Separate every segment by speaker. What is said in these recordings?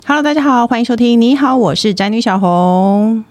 Speaker 1: Hello， 大家好，欢迎收听。你好，我是宅女小红。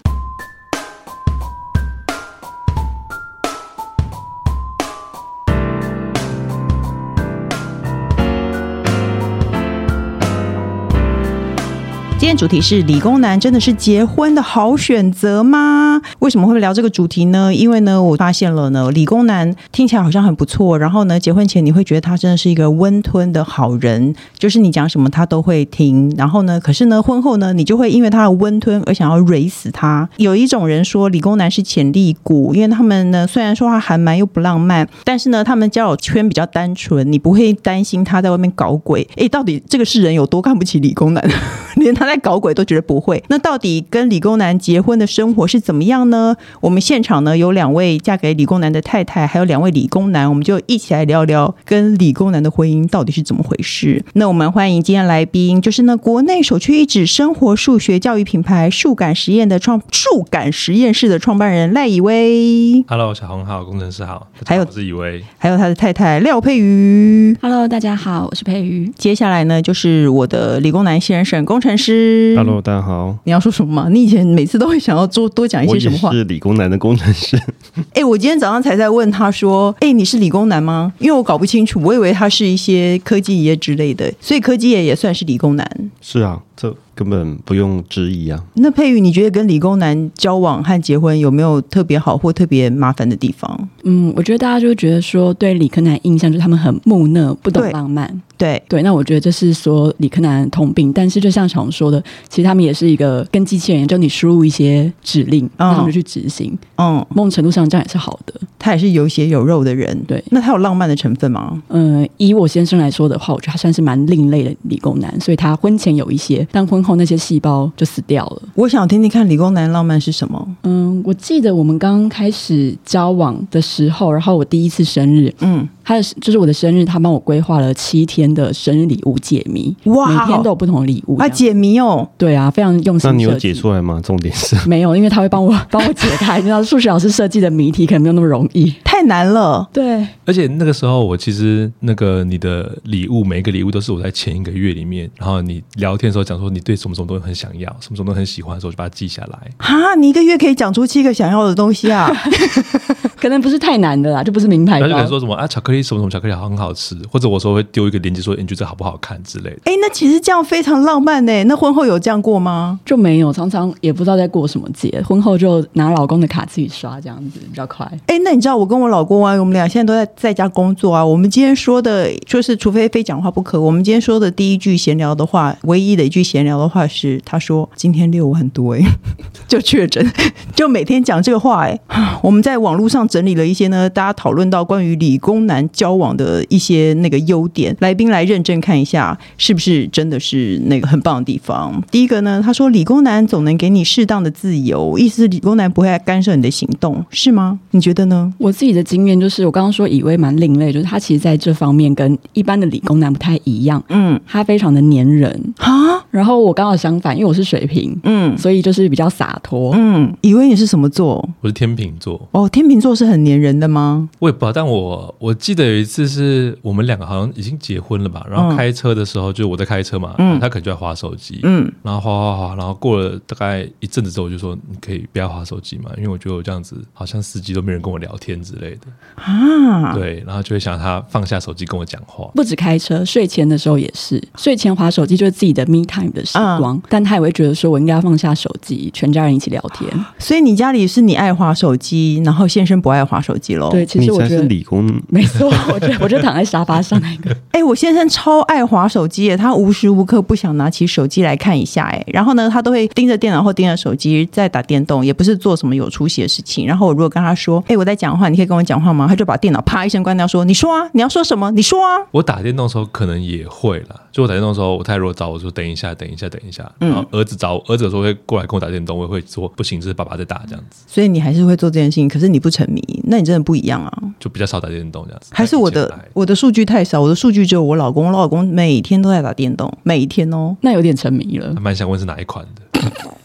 Speaker 1: 今天主题是理工男真的是结婚的好选择吗？为什么会聊这个主题呢？因为呢，我发现了呢，理工男听起来好像很不错，然后呢，结婚前你会觉得他真的是一个温吞的好人，就是你讲什么他都会听，然后呢，可是呢，婚后呢，你就会因为他的温吞而想要蕊死他。有一种人说理工男是潜力股，因为他们呢，虽然说他还蛮又不浪漫，但是呢，他们交友圈比较单纯，你不会担心他在外面搞鬼。到底这个世人有多看不起理工男？连他在搞鬼都觉得不会。那到底跟理工男结婚的生活是怎么样呢？我们现场呢有2位嫁给理工男的太太，还有2位理工男，我们就一起来聊聊跟理工男的婚姻到底是怎么回事。那我们欢迎今天来宾，就是呢国内首屈一指生活数学教育品牌数感实验室的创办人赖以威。
Speaker 2: Hello， 小红好，工程师好，
Speaker 1: 还有
Speaker 2: 我是以威，
Speaker 1: 还有他的太太廖佩瑜。
Speaker 3: Hello， 大家好，我是佩瑜。
Speaker 1: 接下来呢就是我的理工男先生工程师。
Speaker 4: Hello， 大家好。
Speaker 1: 你要说什么吗？你以前每次都会想要多讲一些什么话？
Speaker 4: 我也是理工男的工程师。
Speaker 1: 我今天早上才在问他说，你是理工男吗？因为我搞不清楚，我以为他是一些科技业之类的，所以科技业也算是理工男。
Speaker 4: 是啊，这根本不用质疑啊。
Speaker 1: 那佩瑜，你觉得跟理工男交往和结婚有没有特别好或特别麻烦的地方？
Speaker 3: 我觉得大家就觉得说对理科男印象就是他们很木讷，不懂浪漫。对，那我觉得这是说理科男的通病，但是就像小红说的，其实他们也是一个跟机器人，就你输入一些指令，那他们就去执行。某种程度上这样也是好的。
Speaker 1: 他也是有血有肉的人。
Speaker 3: 对，
Speaker 1: 那他有浪漫的成分吗？
Speaker 3: 以我先生来说的话，我觉得他算是蛮另类的理工男，所以他婚前有一些，但婚后那些细胞就死掉了。
Speaker 1: 我想听听看理工男浪漫是什么。
Speaker 3: 我记得我们刚开始交往的时候，然后我第一次生日，就是我的生日，他帮我规划了7天的生日礼物解谜，哇，每天都有不同的礼物。
Speaker 1: 解谜哦？
Speaker 3: 对啊，非常用心。
Speaker 4: 那你有解出来吗？重点是
Speaker 3: 没有，因为他会帮我解开。你知道数学老师设计的谜题可能没有那么容易，
Speaker 1: 太难了。
Speaker 3: 对，
Speaker 2: 而且那个时候我其实你的礼物，每一个礼物都是我在前1个月里面，然后你聊天的时候讲说你对什么什么东西很想要，什么什么东西很喜欢的时候，就把它记下来。
Speaker 1: 哈，你1个月可以讲出7个想要的东西啊？
Speaker 3: 可能不是太难的啦，就不是名牌包。
Speaker 2: 他就可能说什么巧克力什么什么巧克力很好吃，或者我说会丢一个链接说你觉得这好不好看之类的。
Speaker 1: 那其实这样非常浪漫耶。那婚后有这样过吗？
Speaker 3: 就没有，常常也不知道在过什么节，婚后就拿老公的卡自己刷，这样子比较快。
Speaker 1: 那你知道我跟我老公啊，我们俩现在都在家工作啊。我们今天说的就是除非非讲话不可，我们今天说的第一句闲聊的话，唯一的一句闲聊的话是他说今天6万多就确诊，就每天讲这个话我们在网络上整理了一些呢，大家讨论到关于理工男交往的一些那个优点，来宾来认证看一下是不是真的是那个很棒的地方。第一个呢，他说理工男总能给你适当的自由，意思是理工男不会干涉你的行动，是吗？你觉得呢？
Speaker 3: 我自己的经验就是我刚刚说以为蛮另类，就是他其实在这方面跟一般的理工男不太一样。他非常的黏人啊。然后我刚好相反，因为我是水瓶，所以就是比较洒脱。
Speaker 1: 以为你是什么座？
Speaker 2: 我是天秤座。
Speaker 1: 天秤座是很黏人的吗？
Speaker 2: 我也不知道，但我记得有一次是我们2个好像已经结婚了吧，然后开车的时候，就我在开车嘛，他可能就在滑手机，然后滑，然后过了大概一阵子之后，我就说你可以不要滑手机嘛，因为我觉得我这样子好像司机都没人跟我聊天之类的啊。对，然后就会想他放下手机跟我讲话。
Speaker 3: 不止开车，睡前的时候也是，睡前滑手机就是自己的 me time 的时光，但他也会觉得说我应该要放下手机，全家人一起聊天。
Speaker 1: 所以你家里是你爱滑手机，然后先生不爱滑手机咯？
Speaker 3: 对，其实我觉得
Speaker 4: 你才是理工，
Speaker 3: 没错，我就躺在沙发上那个。
Speaker 1: 我先生超爱滑手机耶，他无时无刻不想拿起手机来看一下耶。然后呢，他都会盯着电脑或盯着手机在打电动，也不是做什么有出息的事情。然后我如果跟他说我在讲话，你可以跟我讲话吗？他就把电脑啪一声关掉说你说啊，你要说什么你说啊。
Speaker 2: 我打电动的时候可能也会啦，就我打电动的时候我太弱找我说等一下，然后儿子有时候会过来跟我打电动，我也会说不行，这是爸爸在打这样子。
Speaker 1: 所以你还是会做这件事情，可是你不沉迷，那你真的不一样啊。
Speaker 2: 就比较少打电动这样子。
Speaker 1: 还是我的数据太少，我的数据只有我老公每天都在打电动，每一天哦。
Speaker 3: 那有点沉迷了。
Speaker 2: 还蛮想问是哪一款的。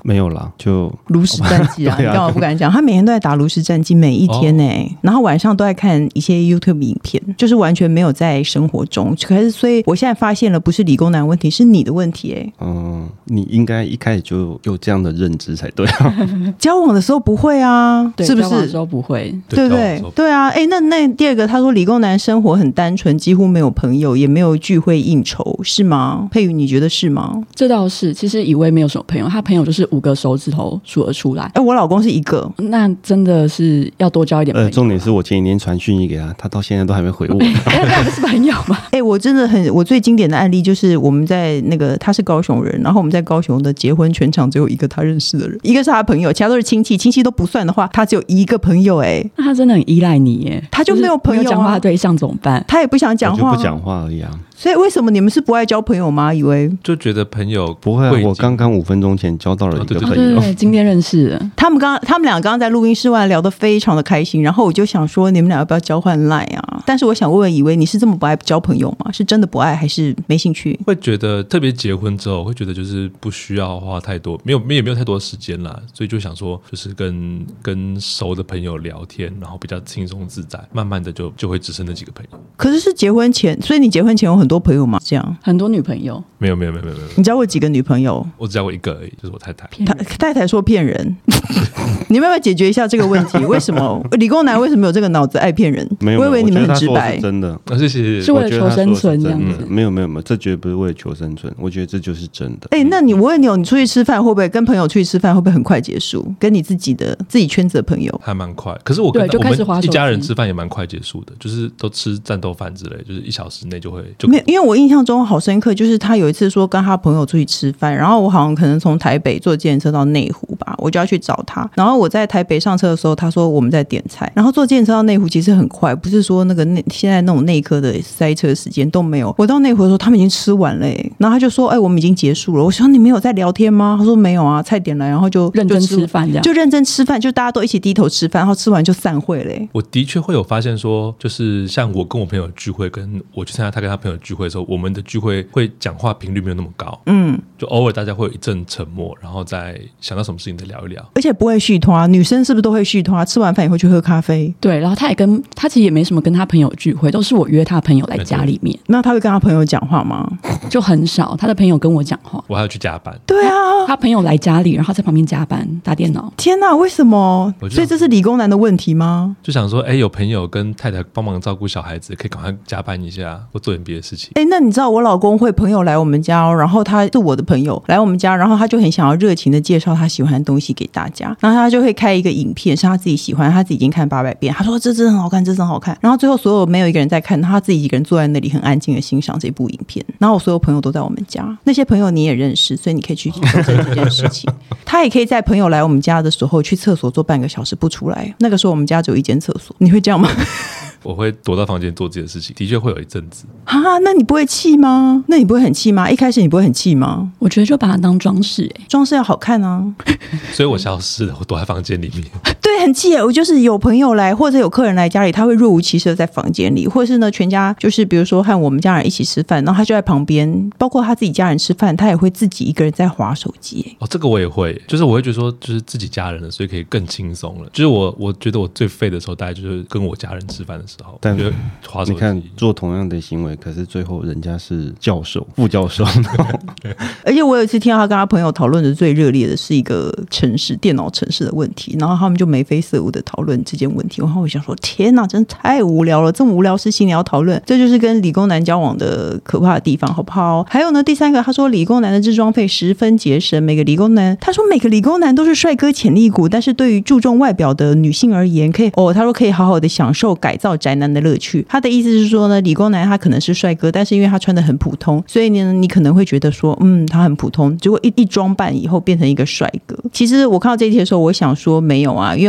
Speaker 4: 没有啦，就
Speaker 1: 炉石战记啊，你干嘛不敢讲？他每天都在打炉石战记，每一天然后晚上都在看一些 YouTube 影片，就是完全没有在生活中。可是所以我现在发现了，不是理工男问题，是你的问题
Speaker 4: 你应该一开始就有这样的认知才对啊。
Speaker 1: 交往的时候不会啊，是不是？
Speaker 3: 交往的时候不会，
Speaker 1: 对不对？对啊，那第二个他说理工男生活很单纯，几乎没有朋友，也没有聚会应酬，是吗？佩瑜，你觉得是吗？
Speaker 3: 这倒是，其实以为没有什么朋友，他朋友就是5个手指头数得出来。
Speaker 1: 我老公是1个，
Speaker 3: 那真的是要多交一点朋友。
Speaker 4: 重点是我前几天传讯息给他，他到现在都还没回我。
Speaker 3: 那不是朋友吗？
Speaker 1: 我真的我最经典的案例就是我们在那个他是高雄人，然后我们在高雄的结婚全场只有1个他认识的人，一个是他朋友，其他都是亲戚，亲戚都不算的话，他只有1个朋友。
Speaker 3: 那他真的很依赖你耶，
Speaker 1: 他就没有朋友
Speaker 3: 讲话对象怎么办？
Speaker 1: 他也不想讲话，
Speaker 4: 我就不讲话而已啊。
Speaker 1: 所以为什么你们是不爱交朋友吗？以为
Speaker 2: 就觉得朋友
Speaker 4: 不会啊，我刚刚5分钟前交到了一个朋友，
Speaker 3: 对，今天认识的。
Speaker 1: 他们俩刚刚在录音室外聊得非常的开心，然后我就想说你们俩要不要交换 LINE 啊？但是我想问问以为你是这么不爱交朋友吗？是真的不爱还是没兴趣？
Speaker 2: 会觉得特别结婚之后会觉得就是不需要花太多，也没有太多时间啦，所以就想说就是跟熟的朋友聊天，然后比较轻松自在，慢慢的就会只剩那几个朋友。
Speaker 1: 可是结婚前，所以你结婚前有很多朋友吗？这样
Speaker 3: 很多女朋友？
Speaker 2: 没有。
Speaker 1: 你交过几个女朋友？
Speaker 2: 我只交过1个而已，就是我太太。
Speaker 1: 太太说骗人。你们要不要解决一下这个问题？为什么理工男为什么有这个脑子爱骗人？
Speaker 4: 没有，
Speaker 1: 我以为你们很直白。
Speaker 4: 真的，
Speaker 2: 谢谢。
Speaker 3: 是为了求生存这样子？
Speaker 4: 没有，这绝对不是为了求生存，我觉得这就是真的。
Speaker 1: 那我问你你出去吃饭会不会跟朋友出去吃饭会不会很快结束？跟你自己圈子的朋友
Speaker 2: 还蛮快，可是我们一家人吃饭也蛮快结束的，就是都吃战斗饭之类，就是1小时内就没有。
Speaker 1: 因为我印象中好深刻，就是他有一次说跟他朋友出去吃饭，然后我好像可能从台北坐计程车到内湖吧，我就要去找他，然后我在台北上车的时候，他说我们在点菜，然后坐计程车到内湖其实很快，不是说现在那种内科的塞车时间都没有。我到内湖的时候他们已经吃完了然后他就说我们已经结束了。我说你没有在聊天吗？他说没有啊，菜点来然后就
Speaker 3: 认真吃饭，这样
Speaker 1: 就认真吃饭，就大家都一起低头吃饭，然后吃完就散会了
Speaker 2: 我的确会有发现说，就是像我跟我朋友聚会，跟我去参加他跟他朋友聚会的时候，我们的聚会会讲话频率没有那么高，就偶尔大家会有一阵沉默，然后再想到什么事情再聊一聊，
Speaker 1: 而且不会续拖。女生是不是都会续拖？吃完饭以后去喝咖啡？
Speaker 3: 对，然后他其实也没什么跟他朋友聚会，都是我约他朋友来家里面。
Speaker 1: 那他会跟他朋友讲话吗？
Speaker 3: 就很少，他的朋友跟我讲话，
Speaker 2: 我还要去加班。
Speaker 1: 对啊，
Speaker 3: 他朋友来家里，然后在旁边加班打电脑。
Speaker 1: 天哪，为什么？所以这是理工男的问题吗？
Speaker 2: 就想说，有朋友跟太太帮忙照顾小孩子，可以赶快加班一下，或做点别的事情。
Speaker 1: 那你知道我老公会朋友来我们家然后他是我的朋友来我们家，然后他就很想要热情的介绍他喜欢的东西给大家，然后他就会开一个影片，是他自己喜欢，他自己已经看800遍，他说这真的很好看，这真的很好看。然后最后所有没有一个人在看，他自己一个人坐在那里很安静的欣赏这部影片。然后我所有朋友都在我们家，那些朋友你也认识，所以你可以去做这件事情。他也可以在朋友来我们家的时候去厕所坐半个小时不出来，那个时候我们家只有1间厕所。你会这样吗？
Speaker 2: 我会躲到房间做自己的事情，的确会有一阵子
Speaker 1: 那你不会气吗？那你不会很气吗？一开始你不会很气吗？
Speaker 3: 我觉得就把它当装饰
Speaker 1: 装饰要好看啊。
Speaker 2: 所以我消失了，我躲在房间里面。
Speaker 1: 对，很气我就是有朋友来或者有客人来家里，他会若无其事的在房间里，或者是呢全家就是比如说和我们家人一起吃饭，然后他就在旁边，包括他自己家人吃饭，他也会自己一个人在滑手机。
Speaker 2: 这个我也会，就是我会觉得说就是自己家人了，所以可以更轻松了。就是我觉得我最废的时候大概就是跟我家人吃饭的时候，
Speaker 4: 但
Speaker 2: 就滑手机。
Speaker 4: 你看做同样的行为，可是最后人家是教授副教授
Speaker 1: 而且我有一次听到他跟他朋友讨论的最热烈的是一个电脑程式的问题，然后他们就眉飞色舞的讨论这件问题，然后我想说天哪，真的太无聊了，这么无聊事情你要讨论，这就是跟理工男交往的可怕的地方，好不好？还有呢，第3个他说理工男的置装费十分节省，他说每个理工男都是帅哥潜力股，但是对于注重外表的女性而言，他说可以好好的享受改造宅男的乐趣。他的意思是说呢，理工男他可能是帅哥，但是因为他穿得很普通，所以呢你可能会觉得说他很普通，结果一装扮以后变成一个帅哥。其实我看到这一题的时候我想说没有啊，因为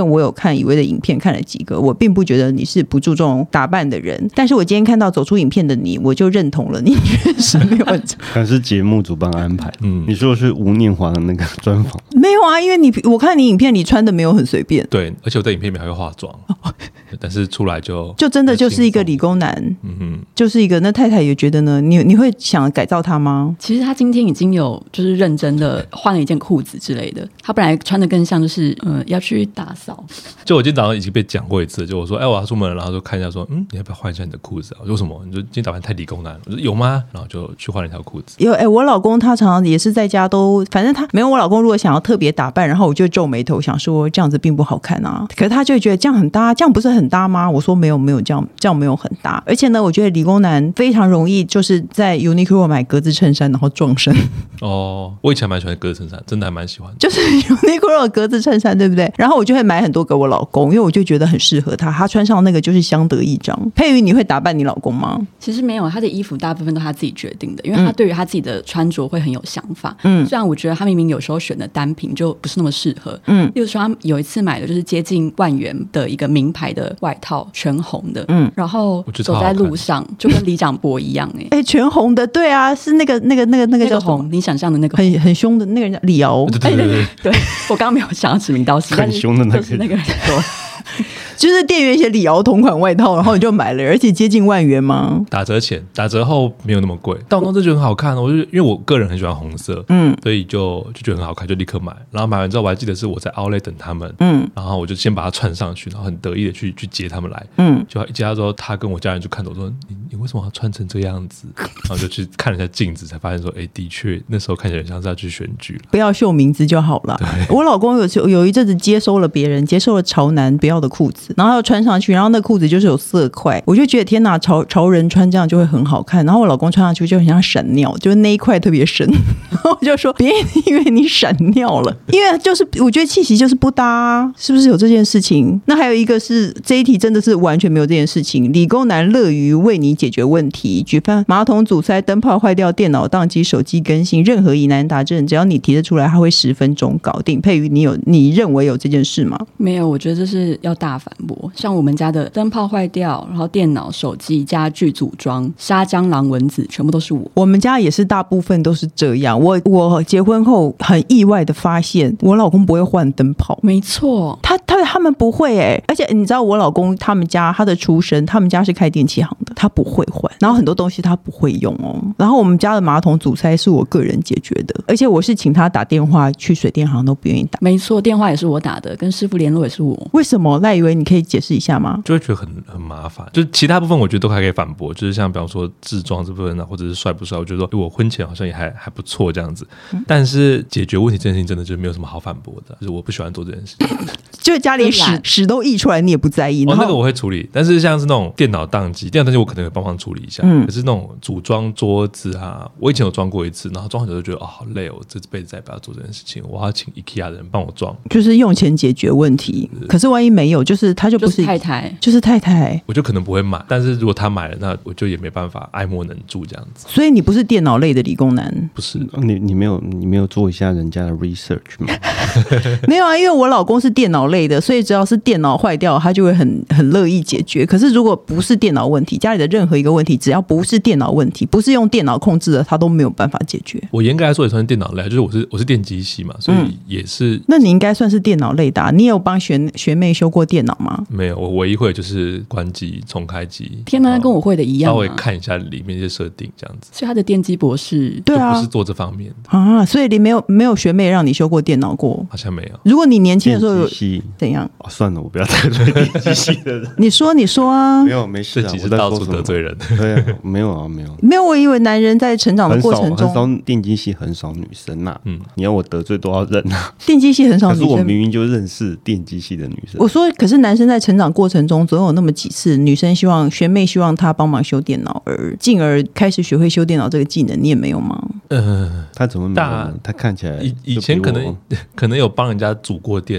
Speaker 1: 我有看以为的影片，看了几个，我并不觉得你是不注重打扮的人，但是我今天看到走出影片的你，我就认同了你确实没有很
Speaker 4: 可是节目主办安排。你说的是吴念华的那个专访？
Speaker 1: 没有啊，因为我看你影片里穿的没有很随便。
Speaker 2: 对，而且我在影片里面还会化妆，但是出来就
Speaker 1: 真的就是一个理工男，就是一个。那太太也觉得呢？你会想改造他吗？
Speaker 3: 其实他今天已经有就是认真的换了一件裤子之类的，他本来穿的更像就是要去打扫。
Speaker 2: 就我今天早上已经被讲过一次，就我说我要出门了，然后就看一下说你要不要换一下你的裤子啊？我说为什么？你说今天打扮太理工男了？我说有吗？然后就去换了一条裤子。
Speaker 1: 有我老公他常常也是在家都，反正他没有我老公如果想要特别打扮，然后我就皱眉头想说这样子并不好看啊。可是他就会觉得这样很搭，这样不是很搭吗？我说没有这样没有很搭。而且呢，我觉得理工男非常容易就是在 Uniqlo 买格子衬衫然后撞衫。
Speaker 2: 我以前蛮喜欢格子衬衫，真的还蛮喜欢的，
Speaker 1: 就是 Uniqlo 的格子衬衫，对不对？然后我就会买很多给我老公，因为我就觉得很适合他，他穿上那个就是相得益彰。佩瑜，你会打扮你老公吗？
Speaker 3: 其实没有，他的衣服大部分都他自己决定的，因为他对于他自己的穿着会很有想法。虽然我觉得他明明有时候选的单品就不是那么适合。例如说他有一次买的就是接近1万元的一个名牌的外套，全红的。然后走在路上就跟李长博一样。
Speaker 1: 全红的，对啊，是那个叫
Speaker 3: 红，你想象的那个
Speaker 1: 很凶的那个人叫李敖。
Speaker 3: 对，我刚刚没有想要指名道姓，
Speaker 4: 很凶的那
Speaker 3: 个人说。
Speaker 1: 就是店员写李敖同款外套，然后你就买了，而且接近1万元吗？
Speaker 2: 打折前，打折后没有那么贵，但我当时觉得很好看。我就因为我个人很喜欢红色，所以就觉得很好看，就立刻买。然后买完之后，我还记得是我在 Outlet 等他们，然后我就先把它穿上去，然后很得意的去接他们来，就一接他之后，他跟我家人就看着我说：“你为什么要穿成这样子？”然后就去看了一下镜子，才发现说：“的确那时候看起来像是要去选举了。”
Speaker 1: 不要秀名字就好了。我老公有一阵子接收了别人，接收了潮男不要的裤子，然后要穿上去，然后那裤子就是有色块，我就觉得天哪，潮人穿这样就会很好看。然后我老公穿上去就很像闪尿，就是那一块特别深。然后我就说别因为你闪尿了，因为就是我觉得气息就是不搭啊，是不是有这件事情？那还有一个是这一题真的是完全没有这件事情。理工男乐于为你解决问题，举办马桶阻塞、灯泡坏掉、电脑宕机、手机更新，任何疑难杂症只要你提得出来，他会10分钟搞定。佩瑜，你认为有这件事吗？
Speaker 3: 没有，我觉得这是要大反驳。像我们家的灯泡坏掉，然后电脑、手机、家具组装、杀蟑螂、蚊子，全部都是我。
Speaker 1: 我们家也是大部分都是这样。我结婚后很意外的发现，我老公不会换灯泡。
Speaker 3: 没错，
Speaker 1: 他们不会而且你知道我老公他们家他的出身，他们家是开电器行的，他不会换，然后很多东西他不会用然后我们家的马桶阻塞是我个人解决的，而且我是请他打电话去水电行都不愿意打。
Speaker 3: 没错，电话也是我打的，跟师傅联络也是我。
Speaker 1: 为什么？赖以为你可以解释一下吗？
Speaker 2: 就会觉得很麻烦，就是其他部分我觉得都还可以反驳，就是像比方说制装这部分或者是帅不帅，我觉得说我婚前好像也还不错这样子，但是解决问题这件事情真的就没有什么好反驳的，就是我不喜欢做这件事情。
Speaker 1: 就家里屎都溢出来你也不在意。
Speaker 2: 那个我会处理，但是像是那种电脑宕机我可能会帮忙处理一下，可是那种组装桌子啊，我以前有装过一次，然后装完之后就觉得好累这辈子再也不要做这件事情，我要请 IKEA 的人帮我装，
Speaker 1: 就是用钱解决问题。可是万一没有，就是他就不是
Speaker 3: 太太，
Speaker 1: 就是太太，
Speaker 2: 我就可能不会买，但是如果他买了，那我就也没办法爱莫能助这样子。
Speaker 1: 所以你不是电脑类的理工男？
Speaker 2: 不是。
Speaker 4: 你没有做一下人家的 research 吗？
Speaker 1: 没有啊，因为我老公是电脑类的，所以只要是电脑坏掉他就会很乐意解决。可是如果不是电脑问题，家里的任何一个问题只要不是电脑问题，不是用电脑控制的，他都没有办法解决。
Speaker 2: 我严格来说也算是电脑类，就是我是电机系嘛，所以也是。
Speaker 1: 那你应该算是电脑类的你有帮学妹修过电脑吗？
Speaker 2: 没有，我唯一会就是关机重开机。
Speaker 3: 天哪，跟我会的一样，
Speaker 2: 稍微看一下里面一些设定这样子。
Speaker 3: 所以他的电机博士
Speaker 1: 对啊，
Speaker 2: 就不是做这方面的
Speaker 1: 所以你没有学妹让你修过电脑过？
Speaker 2: 好像没有。
Speaker 1: 如果你年轻的时候有怎样
Speaker 4: 算了，我不要得罪电机系的人。
Speaker 1: 你说啊。
Speaker 4: 没事啊，
Speaker 2: 这集是到处得罪人。
Speaker 4: 对啊，没有，
Speaker 1: 我以为男人在成长的过程中，
Speaker 4: 很少电机系很少女生你要我得罪多少人
Speaker 1: 电机系很少女生，
Speaker 4: 可是我明明就认识电机系的女生。
Speaker 1: 我说，可是男生在成长过程中总有那么几次，女生学妹希望他帮忙修电脑，进而开始学会修电脑这个技能，你也没有吗？
Speaker 4: 他怎么没有呢？他看起来
Speaker 2: 以前可能有帮人家组过电脑，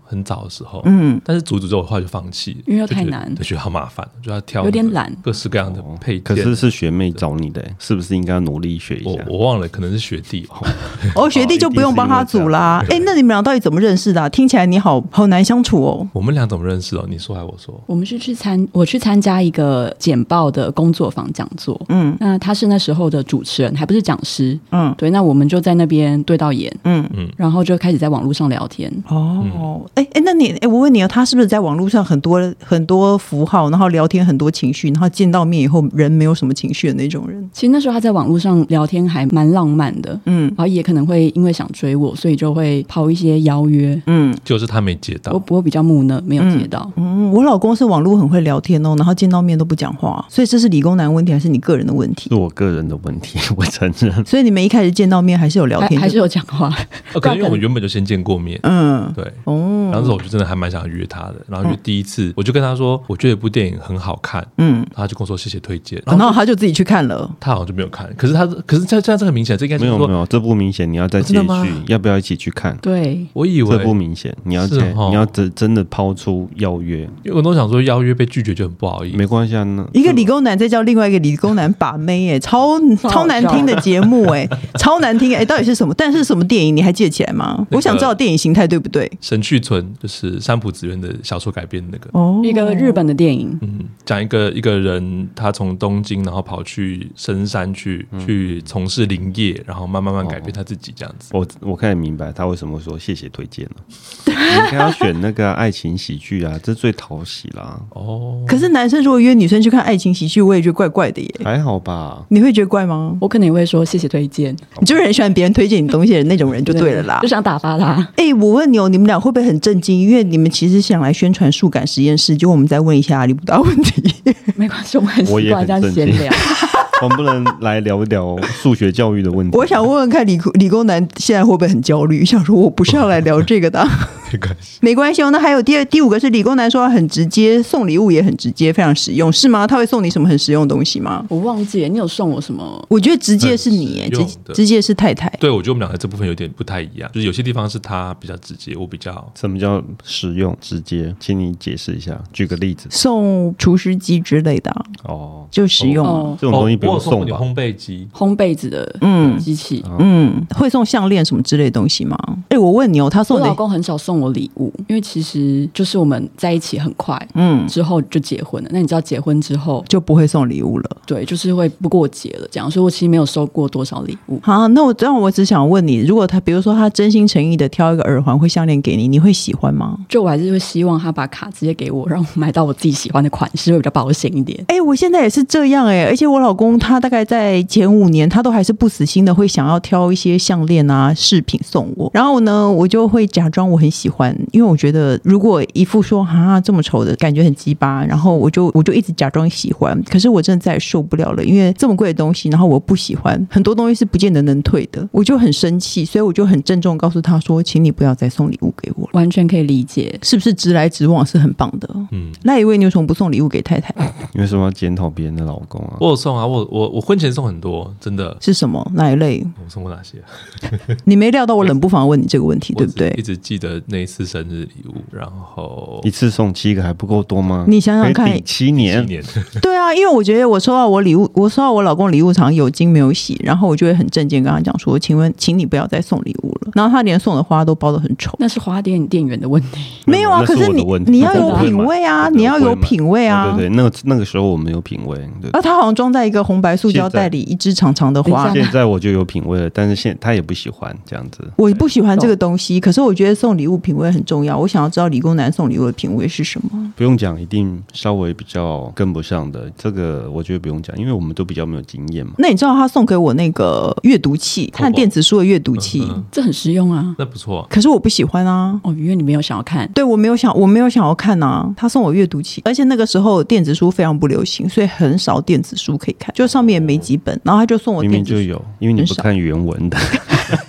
Speaker 2: 很早的时候，但是煮之后后来就放弃，
Speaker 3: 因为太难，
Speaker 2: 就觉得好麻烦，就要挑
Speaker 3: 有点懒，
Speaker 2: 各式各样的配件。
Speaker 4: 可是是学妹找你的，是不是应该要努力学一下？
Speaker 2: 我忘了，可能是学弟
Speaker 1: 学弟就不用帮他煮啦。那你们俩到底怎么认识的？听起来你好难相处哦。
Speaker 2: 我们俩怎么认识哦？你说还是我说？
Speaker 3: 我们是我去参加一个简报的工作坊讲座，那他是那时候的主持人，还不是讲师，对，那我们就在那边对到眼，然后就开始在网络上聊天。
Speaker 1: 那我问你他是不是在网络上很多符号，然后聊天很多情绪，然后见到面以后人没有什么情绪的那种人？
Speaker 3: 其实那时候他在网络上聊天还蛮浪漫的，然后也可能会因为想追我，所以就会抛一些邀约，
Speaker 2: 就是他没接到，
Speaker 3: 我比较木讷，没有接到。
Speaker 1: 我老公是网络很会聊天然后见到面都不讲话，所以这是理工男问题还是你个人的问题？
Speaker 4: 是我个人的问题，我承认。
Speaker 1: 所以你们一开始见到面还是有聊天，
Speaker 3: 还是有讲话？
Speaker 2: 可能因为我们原本就先见过面，对，然后那时候我就真的还蛮想约他的，然后就第一次我就跟他说，我觉得这部电影很好看，他就跟我说谢谢推荐，
Speaker 1: 然后他就自己去看了，
Speaker 2: 他好像就没有看，可是这很明显，这应该是说
Speaker 4: 没有，这不明显，你要再接续，要不要一起去看？
Speaker 3: 对，
Speaker 2: 我以为
Speaker 4: 这不明显，你要真的抛出邀约，
Speaker 2: 因为我都想说邀约被拒绝就很不好意思，
Speaker 4: 没关系啊。
Speaker 1: 一个理工男在叫另外一个理工男把妹，超难听的节目超难听到底是什么？但是什么电影你还记得起来吗？我想知道电影形态对不对？
Speaker 2: 神去村就是山浦子苑的小说改编的那
Speaker 3: 个，一个日本的电影，
Speaker 2: 讲一个人他从东京然后跑去深山去从事林业，然后慢慢改变他自己这样子。
Speaker 4: 我开始明白他为什么说谢谢推荐了。你应该要选那个爱情喜剧啊，这最讨喜啦。
Speaker 1: 可是男生如果约女生去看爱情喜剧，我也觉得怪怪的耶。
Speaker 4: 还好吧？
Speaker 1: 你会觉得怪吗？
Speaker 3: 我可能也会说谢谢推荐。
Speaker 1: 你就是很喜欢别人推荐你东西的那种人就对了啦，
Speaker 3: 就想打发他。
Speaker 1: 我问你你们俩会不会很震惊？因为你们其实想来宣传数感实验室，就我们再问一下阿里不达问题。
Speaker 3: 没关系，我们很习惯这样闲聊。
Speaker 4: 我们不能来聊一聊数学教育的问题？
Speaker 1: 我想问问看理工男现在会不会很焦虑，想说我不是要来聊这个的。没关系那还有第五个是理工男说很直接，送礼物也很直接，非常实用，是吗？他会送你什么很实用的东西吗？
Speaker 3: 我忘记了，你有送我什么？
Speaker 1: 我觉得直接是你直接是太太。
Speaker 2: 对，我觉得我们两个这部分有点不太一样，就是有些地方是他比较直接，我比较。
Speaker 4: 什么叫实用直接？请你解释一下，举个例子。
Speaker 1: 送除湿机之类的就实用
Speaker 4: 这种东西不用送吧？
Speaker 2: 烘焙机、
Speaker 3: 烘焙子的机器，
Speaker 1: 会送项链什么之类的东西吗？我问你他送
Speaker 3: 我老公很少送我礼物，因为其实就是我们在一起很快，之后就结婚了。那你知道结婚之后
Speaker 1: 就不会送礼物了，
Speaker 3: 对，就是会不过节了这样，所以我其实没有收过多少礼物。
Speaker 1: 那我只想问你，如果他比如说他真心诚意的挑一个耳环或项链给你，你会喜欢吗？
Speaker 3: 就我还是会希望他把卡直接给我，让我买到我自己喜欢的款式，会比较保险一点。
Speaker 1: 我现在也是这样而且我老公他大概在前5年他都还是不死心的会想要挑一些项链啊饰品送我，然后呢我就会假装我很喜欢，因为我觉得如果一副说这么丑的感觉很鸡巴，然后我就一直假装喜欢，可是我真的再也受不了了，因为这么贵的东西然后我不喜欢，很多东西是不见得能退的，我就很生气，所以我就很郑重告诉他说请你不要再送礼物给我了。
Speaker 3: 完全可以理解，
Speaker 1: 是不是直来直往是很棒的？那一位你有什么不送礼物给太太？
Speaker 4: 你为什么要检讨别人的老公啊？
Speaker 2: 我有送啊，我婚前送很多，真的。
Speaker 1: 是什么？哪一类？
Speaker 2: 我送过哪些？
Speaker 1: 你没料到我冷不防问你这个问题，对不对？
Speaker 2: 一直记得那一次生日礼物，然后
Speaker 4: 一次送7个还不够多吗？
Speaker 1: 你想想看
Speaker 4: ，7年。
Speaker 1: 对啊，因为我觉得我收到我老公礼物常有惊没有喜，然后我就会很正经跟他讲说请你不要再送礼物了，然后他连送的花都包得很丑。
Speaker 3: 那是花店店员的问题。
Speaker 1: 没有啊，可是你要有品味啊，你要有品味啊。
Speaker 4: 对，那个时候我们有品味。
Speaker 1: 他好像装在一个红白塑胶袋里，一支长长的花。
Speaker 4: 现在我就有品味了，但是他也不喜欢这样子。
Speaker 1: 我不喜欢这个东西，可是我觉得送礼物品味很重要。我想要知道理工男送礼物的品味是什么。
Speaker 4: 不用讲，一定稍微比较跟不上的，这个我觉得不用讲，因为我们都比较没有经验嘛。
Speaker 1: 那你知道他送给我那个阅读器，看电子书的阅读器，
Speaker 3: 这很实用啊，
Speaker 2: 那不错。
Speaker 1: 可是我不喜欢啊。
Speaker 3: 因为你没有想要看。
Speaker 1: 对，我没有想要看啊。他送我阅读器，而且那个时候电子书非常不流行，所以很少电子书可以看，就上面也没几本，然后他就送我电子书。
Speaker 4: 明明就有，因为你不看原文的。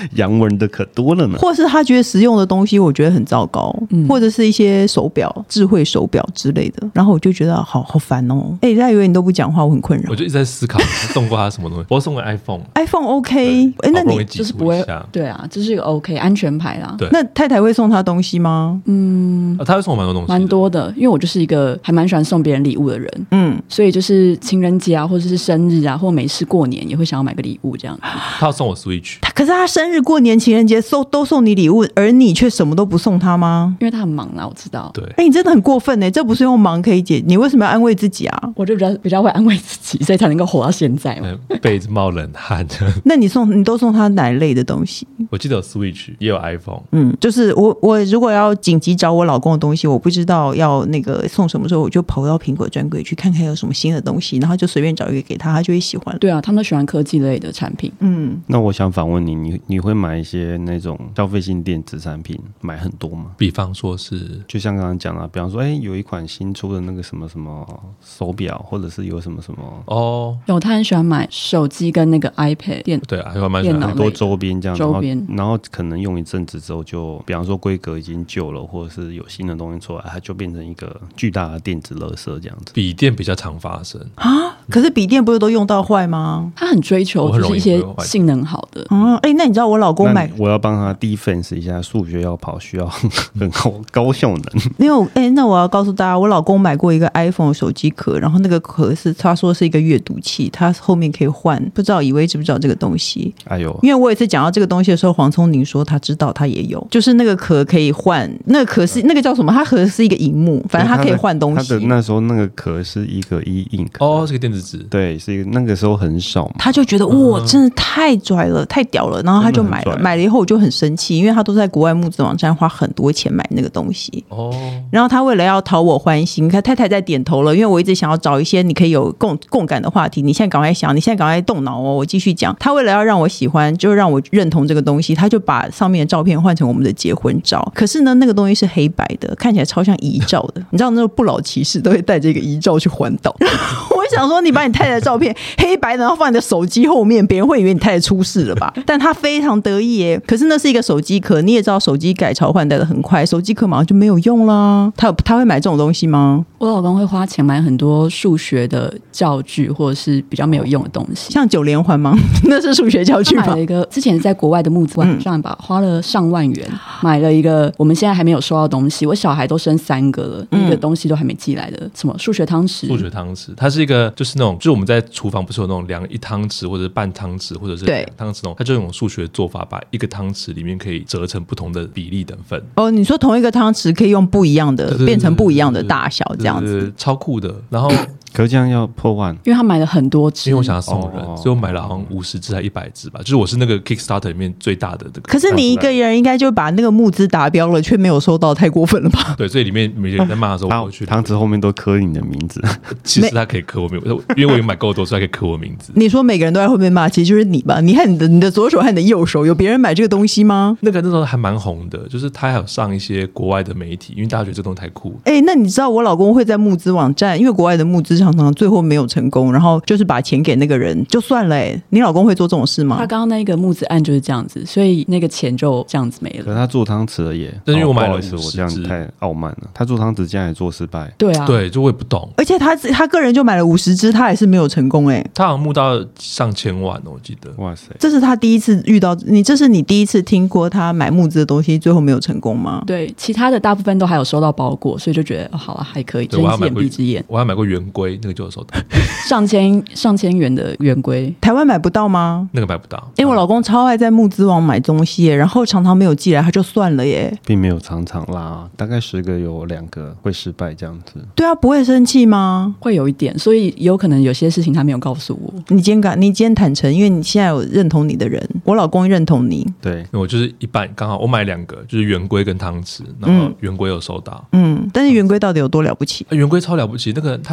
Speaker 4: 洋文的可多了呢。
Speaker 1: 或是他觉得实用的东西我觉得很糟糕，或者是一些手表智慧手表之类的，然后我就觉得好烦哦。他以为你都不讲话，我很困扰。
Speaker 2: 我就一直在思考送过他什么东西。我送个 iPhone
Speaker 1: OK， 那你
Speaker 3: 就是不会，对啊，这是一个 OK 安全牌啦。
Speaker 2: 对，
Speaker 1: 那太太会送他东西吗？
Speaker 2: 他会送我蛮多东西，
Speaker 3: 蛮多的，因为我就是一个还蛮喜欢送别人礼物的人，所以就是情人节啊，或者是生日啊，或没事过年也会想要买个礼物这样子。
Speaker 2: 他要送我 Switch，
Speaker 1: 可是他生日、过年、情人节都送你礼物，而你却什么都不送他吗？
Speaker 3: 因为他很忙啊，我知道。
Speaker 2: 对，
Speaker 1: 你真的很过分欸，这不是用忙可以解，你为什么要安慰自己啊？
Speaker 3: 我就比较会安慰自己，所以才能够活到现在嘛。
Speaker 2: 被子冒冷汗。
Speaker 1: 那你都送他哪一类的东西？
Speaker 2: 我记得有 Switch， 也有 iPhone。
Speaker 1: 就是我如果要紧急找我老公的东西，我不知道要那个送什么时候，我就跑到苹果专柜去看看有什么新的东西，然后就随便找一个给他，他就会喜欢。
Speaker 3: 对啊，他们都喜欢科技类的产品。
Speaker 4: 那我想反问你会买一些那种消费性电子产品买很多吗？
Speaker 2: 比方说是，
Speaker 4: 就像刚刚讲了，比方说有一款新出的那个什么什么手表，或者是有什么什么
Speaker 3: 有他很喜欢买手机跟那个 iPad
Speaker 2: 对啊，还蛮喜欢
Speaker 4: 很多周边这样，
Speaker 3: 周边，
Speaker 4: 然后可能用一阵子之后就，比方说规格已经旧了，或者是有新的东西出来，它就变成一个巨大的电子垃圾这样子。
Speaker 2: 笔电比较常发生
Speaker 1: 啊，可是笔电不是都用到坏吗？
Speaker 3: 他很追求就是一些性能好的。
Speaker 1: 那你知道我老公买，
Speaker 4: 我要帮他 defense 一下，数学要跑需要很高效能。
Speaker 1: 没有那我要告诉大家，我老公买过一个 iPhone 手机壳，然后那个壳是他说是一个阅读器，他后面可以换，不知道以为知不知道这个东西？哎呦，因为我有一次讲到这个东西的时候，黄聪宁说他知道，他也有，就是那个壳可以换，那个壳是那个叫什么？它壳是一个萤幕，反正它可以换东西。
Speaker 4: 他的那时候那个壳是一个e-ink，
Speaker 2: 是个电子纸，
Speaker 4: 对，是一个那个时候很少嘛，
Speaker 1: 他就觉得哇，真的太拽了，太屌了，然后他就买了，买了以后我就很生气，因为他都在国外募资网站花很多钱买那个东西然后他为了要讨我欢心，他太太在点头了，因为我一直想要找一些你可以有共感的话题，你现在赶快想，你现在赶快动脑哦，我继续讲。他为了要让我喜欢，就让我认同这个东西，他就把上面的照片换成我们的结婚照，可是呢那个东西是黑白的，看起来超像遗照的，你知道那种不老骑士都会带这个遗照去环岛我想说你把你太太的照片黑白的然后放你的手机后面，别人会以为你太太出事了吧但他非常得意耶。可是那是一个手机壳，你也知道手机改朝换代的很快，手机壳马上就没有用啦。他会买这种东西吗？
Speaker 3: 我老公会花钱买很多数学的教具或者是比较没有用的东西，
Speaker 1: 像9连环吗？那是数学教具吗？
Speaker 3: 他买了一个之前在国外的募资网上吧，花了上万元买了一个我们现在还没有收到的东西，我小孩都生3个了，那个东西都还没寄来的，什么数学汤匙。
Speaker 2: 数学汤匙它是一个就是那种就是我们在厨房不是有那种量1汤匙或者是半汤匙或者是2汤匙那种，它就有那种数学做法，把一个汤匙里面可以折成不同的比例等分。
Speaker 1: 你说同一个汤匙可以用不一样的变成不一样的大小这样子，
Speaker 2: 超酷的。然后
Speaker 4: 可是这样要破万，
Speaker 3: 因为他买了很多只，
Speaker 2: 因为我想要送人所以我买了好像50只还100只吧，就是我是那个 Kickstarter 里面最大的这个。
Speaker 1: 可是你一个人应该就把那个募资达标了，却没有收到，太过分了吧？
Speaker 2: 对，所以里面每个人在骂的时候，我去
Speaker 4: 汤匙后面都刻你的名字
Speaker 2: 其实他可以刻我名字，因为我有买够多，所以他可以刻我名字。
Speaker 1: 你说每个人都在后面骂，其实就是你吧？你看你的左手和你的右手，有别人买这个东西吗？
Speaker 2: 那时候还蛮红的，就是他还有上一些国外的媒体，因为大家觉得这东西太酷。
Speaker 1: 那你知道我老公会在募资网站，因为国外的募资常常最后没有成功，然后就是把钱给那个人就算了。你老公会做这种事吗？
Speaker 3: 他刚刚那个募资案就是这样子，所以那个钱就这样子没了。
Speaker 4: 可是他做汤匙了耶，
Speaker 2: 但是因为我买了
Speaker 4: 50只，我这样太傲慢了。他做汤匙竟然也做失败，
Speaker 3: 对啊，
Speaker 2: 对，就我也不懂。
Speaker 1: 而且他个人就买了50只，他也是没有成功。
Speaker 2: 他好像募到上千万我记得。
Speaker 4: 哇塞，
Speaker 1: 这是他第一次遇到你，这是你第一次听过他买募资的东西最后没有成功吗？
Speaker 3: 对，其他的大部分都还有收到包裹，所以就觉得好了，还可以，睁一只眼闭一只眼。
Speaker 2: 我还买过圆规，那个就有收到
Speaker 3: 上千元的圆规，
Speaker 1: 台湾买不到吗？
Speaker 2: 那个买不到。
Speaker 1: 我老公超爱在募资网买东西耶，然后常常没有寄来，他就算了耶。
Speaker 4: 并没有常常啦，大概10个有2个会失败这样子。
Speaker 1: 对啊，不会生气吗？
Speaker 3: 会有一点，所以有可能有些事情他没有告诉我。
Speaker 1: 你今天坦诚，因为你现在有认同你的人，我老公认同你。
Speaker 2: 对，我就是一半，刚好我买2个，就是圆规跟汤匙，然后圆规有收到。
Speaker 1: 但是圆规到底有多了不起？
Speaker 2: 圆规超了不起，那个它是一个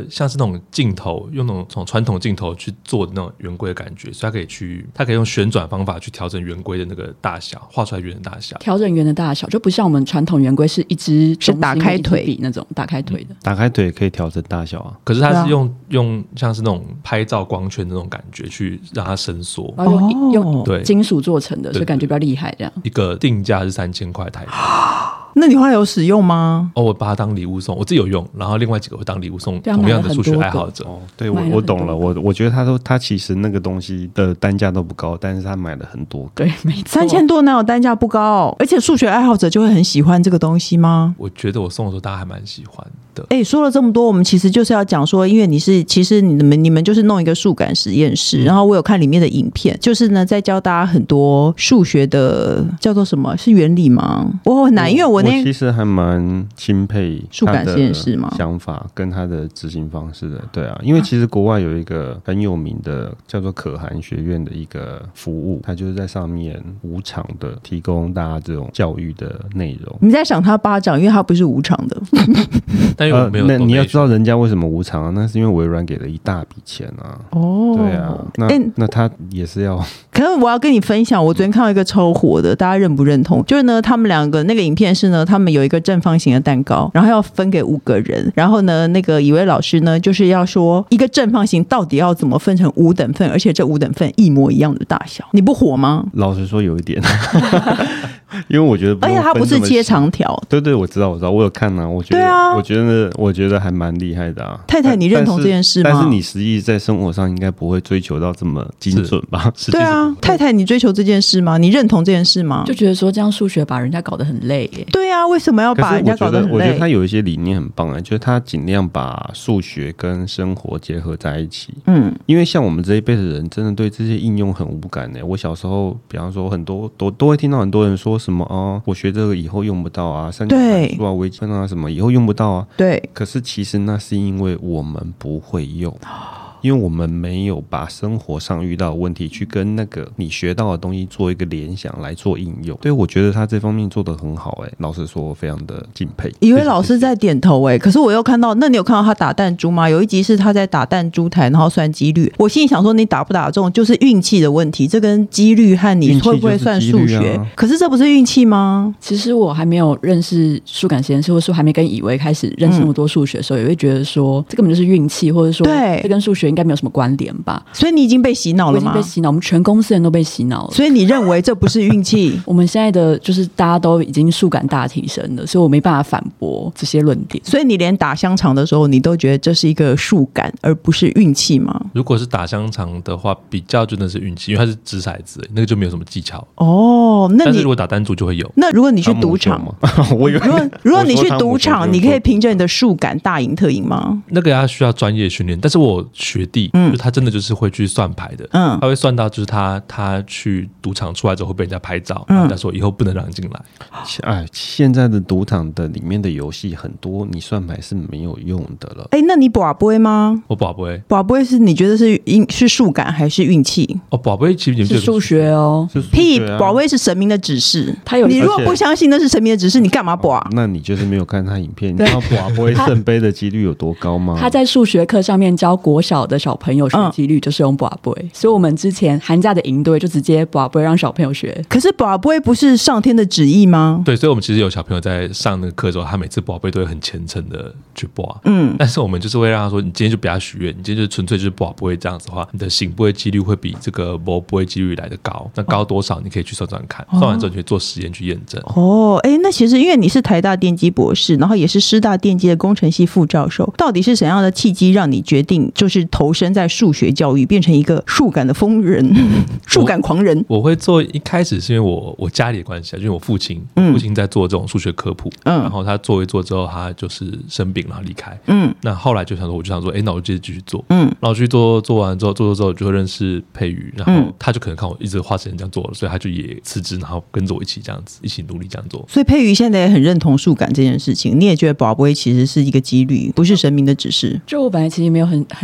Speaker 2: 像是那种镜头，用那种从传统镜头去做的那种圆规的感觉，所以它可以用旋转方法去调整圆规的那个大小，画出来圆的大小，
Speaker 3: 调整圆的大小，就不像我们传统圆规是一只是打开腿那种打开腿的，
Speaker 4: 打开腿可以调整大小啊。
Speaker 2: 可是它是用像是那种拍照光圈的那种感觉去让它伸缩，
Speaker 3: 然后用金属做成的，所以感觉比较厉害。这样
Speaker 2: 一个定价是3000块台币。
Speaker 1: 那你后来有使用吗？
Speaker 2: 我把它当礼物送，我自己有用，然后另外几个会当礼物送同样的数学爱好者。
Speaker 4: 对，我懂了，我觉得他其实那个东西的单价都不高，但是他买了很多个。
Speaker 3: 对，没错
Speaker 1: ，3000多哪有单价不高？而且数学爱好者就会很喜欢这个东西吗？
Speaker 2: 我觉得我送的时候大家还蛮喜欢的。
Speaker 1: 说了这么多，我们其实就是要讲说，因为其实你们就是弄一个数感实验室，然后我有看里面的影片，就是呢在教大家很多数学的叫做什么是原理吗？我很难，因为我
Speaker 4: 其实还蛮钦佩
Speaker 1: 数感实验室嘛
Speaker 4: 想法跟他的执行方式的。对啊，因为其实国外有一个很有名的叫做可汗学院的一个服务，它就是在上面无偿的提供大家这种教育的内容。
Speaker 1: 你在赏他巴掌，因为他不是无偿的。
Speaker 2: 但又没有
Speaker 4: 那你要知道人家为什么无偿啊？那是因为微软给了一大笔钱啊。对啊，那他也是要。
Speaker 1: 可是我要跟你分享，我昨天看到一个超火的，大家认不认同？就是呢，他们两个那个影片是呢，他们有一个正方形的蛋糕，然后要分给5个人，然后呢，那个以为老师呢就是要说一个正方形到底要怎么分成5等份，而且这5等份一模一样的大小，你不火吗？
Speaker 4: 老实说有一点。因为我觉得
Speaker 1: 而且它不是切长条。
Speaker 4: 对，我知道，我有看啊。我觉得还蛮厉害的啊。
Speaker 1: 太太，你认同这件事吗？
Speaker 4: 但是你实际在生活上应该不会追求到这么精准吧？
Speaker 1: 对啊，太太，你追求这件事吗？你认同这件事吗？
Speaker 3: 就觉得说这样数学把人家搞得很累耶。
Speaker 1: 对啊，为什么要把人家搞得很累？
Speaker 4: 我觉得他有一些理念很棒啊，就是他尽量把数学跟生活结合在一起。因为像我们这一辈的人，真的对这些应用很无感的。我小时候，比方说很多都会听到很多人说什么我学这个以后用不到啊，三角函数啊、微积分啊什么以后用不到啊。
Speaker 1: 对，
Speaker 4: 可是其实那是因为我们不会用。因为我们没有把生活上遇到的问题去跟那个你学到的东西做一个联想来做应用。对，我觉得他这方面做得很好。老实说非常的敬佩。
Speaker 1: 以为老师在点头可是我又看到，那你有看到他打弹珠吗？有一集是他在打弹珠台，然后算几率。我心里想说，你打不打中就是运气的问题，这跟几率和你会不会算数学，可是这不是运气吗？
Speaker 3: 其实我还没有认识数感实验室，或者说还没跟以为开始认识那么多数学的时候，也会觉得说这根本就是运气，或者说这跟数学应该没有什么关联吧。
Speaker 1: 所以你已经被洗脑了吗？
Speaker 3: 我已经被洗脑，我们全公司人都被洗脑了。
Speaker 1: 所以你认为这不是运气？
Speaker 3: 我们现在的就是大家都已经数感大提升了，所以我没办法反驳这些论点。
Speaker 1: 所以你连打香肠的时候，你都觉得这是一个数感，而不是运气吗？
Speaker 2: 如果是打香肠的话，比较真的是运气，因为它是掷骰子，那个就没有什么技巧。
Speaker 1: 但
Speaker 2: 是如果打弹珠就会有。
Speaker 1: 那如果你去赌场，如果你去赌场，你可以凭着你的数感大赢特赢吗？
Speaker 2: 那个需要专业训练。但是我学弟，就他真的就是会去算牌的，他会算到就是他去赌场出来之后会被人家拍照，人家说以后不能让你进来。
Speaker 4: 现在的赌场的里面的游戏很多，你算牌是没有用的了。
Speaker 1: 那你拔杯吗？
Speaker 2: 我拔杯，
Speaker 1: 拔杯是你觉得是数感还是运气？
Speaker 2: 拔杯其实
Speaker 3: 是数学哦。
Speaker 1: 屁，拔杯是神明的指示。你如果不相信那是神明的指示，你干嘛拔？
Speaker 4: 那你就是没有看他影片。你知道拔杯圣杯的几率有多高吗？
Speaker 3: 他在数学课上面教国小的小朋友学几率，就是用拔杯。所以我们之前寒假的营队就直接拔杯让小朋友学。
Speaker 1: 可是拔杯不是上天的旨意吗？
Speaker 2: 对，所以我们其实有小朋友在上那个课之后，他每次拔杯都会很虔诚的去拔。但是我们就是会让他说，你今天就不要许愿，你今天就纯粹就是拔杯，这样子的话，你的醒杯几率会比这个没杯几率来的高。那高多少？你可以去算算看，算完之后你可以做实验去验证。
Speaker 1: 那其实因为你是台大电机博士，然后也是师大电机的工程系副教授，到底是怎样的契机让你决定就是投身在数学教育，变成一个数感的疯人、数感狂人？
Speaker 2: 我会做一开始是因为我家里的关系因为我父亲在做这种数学科普，然后他做一做之后，他就是生病然后离开。那后来我就想说，那我就继续做。然后继续做完之后，做就会认识佩瑜，然后他就可能看我一直花时间这样做了，所以他就也辞职，然后跟着我一起这样子，一起努力这样做。
Speaker 1: 所以佩瑜现在也很认同数感这件事情，你也觉得拔杯其实是一个几率，不是神明的指示。
Speaker 3: 就我本来其实没有很喜欢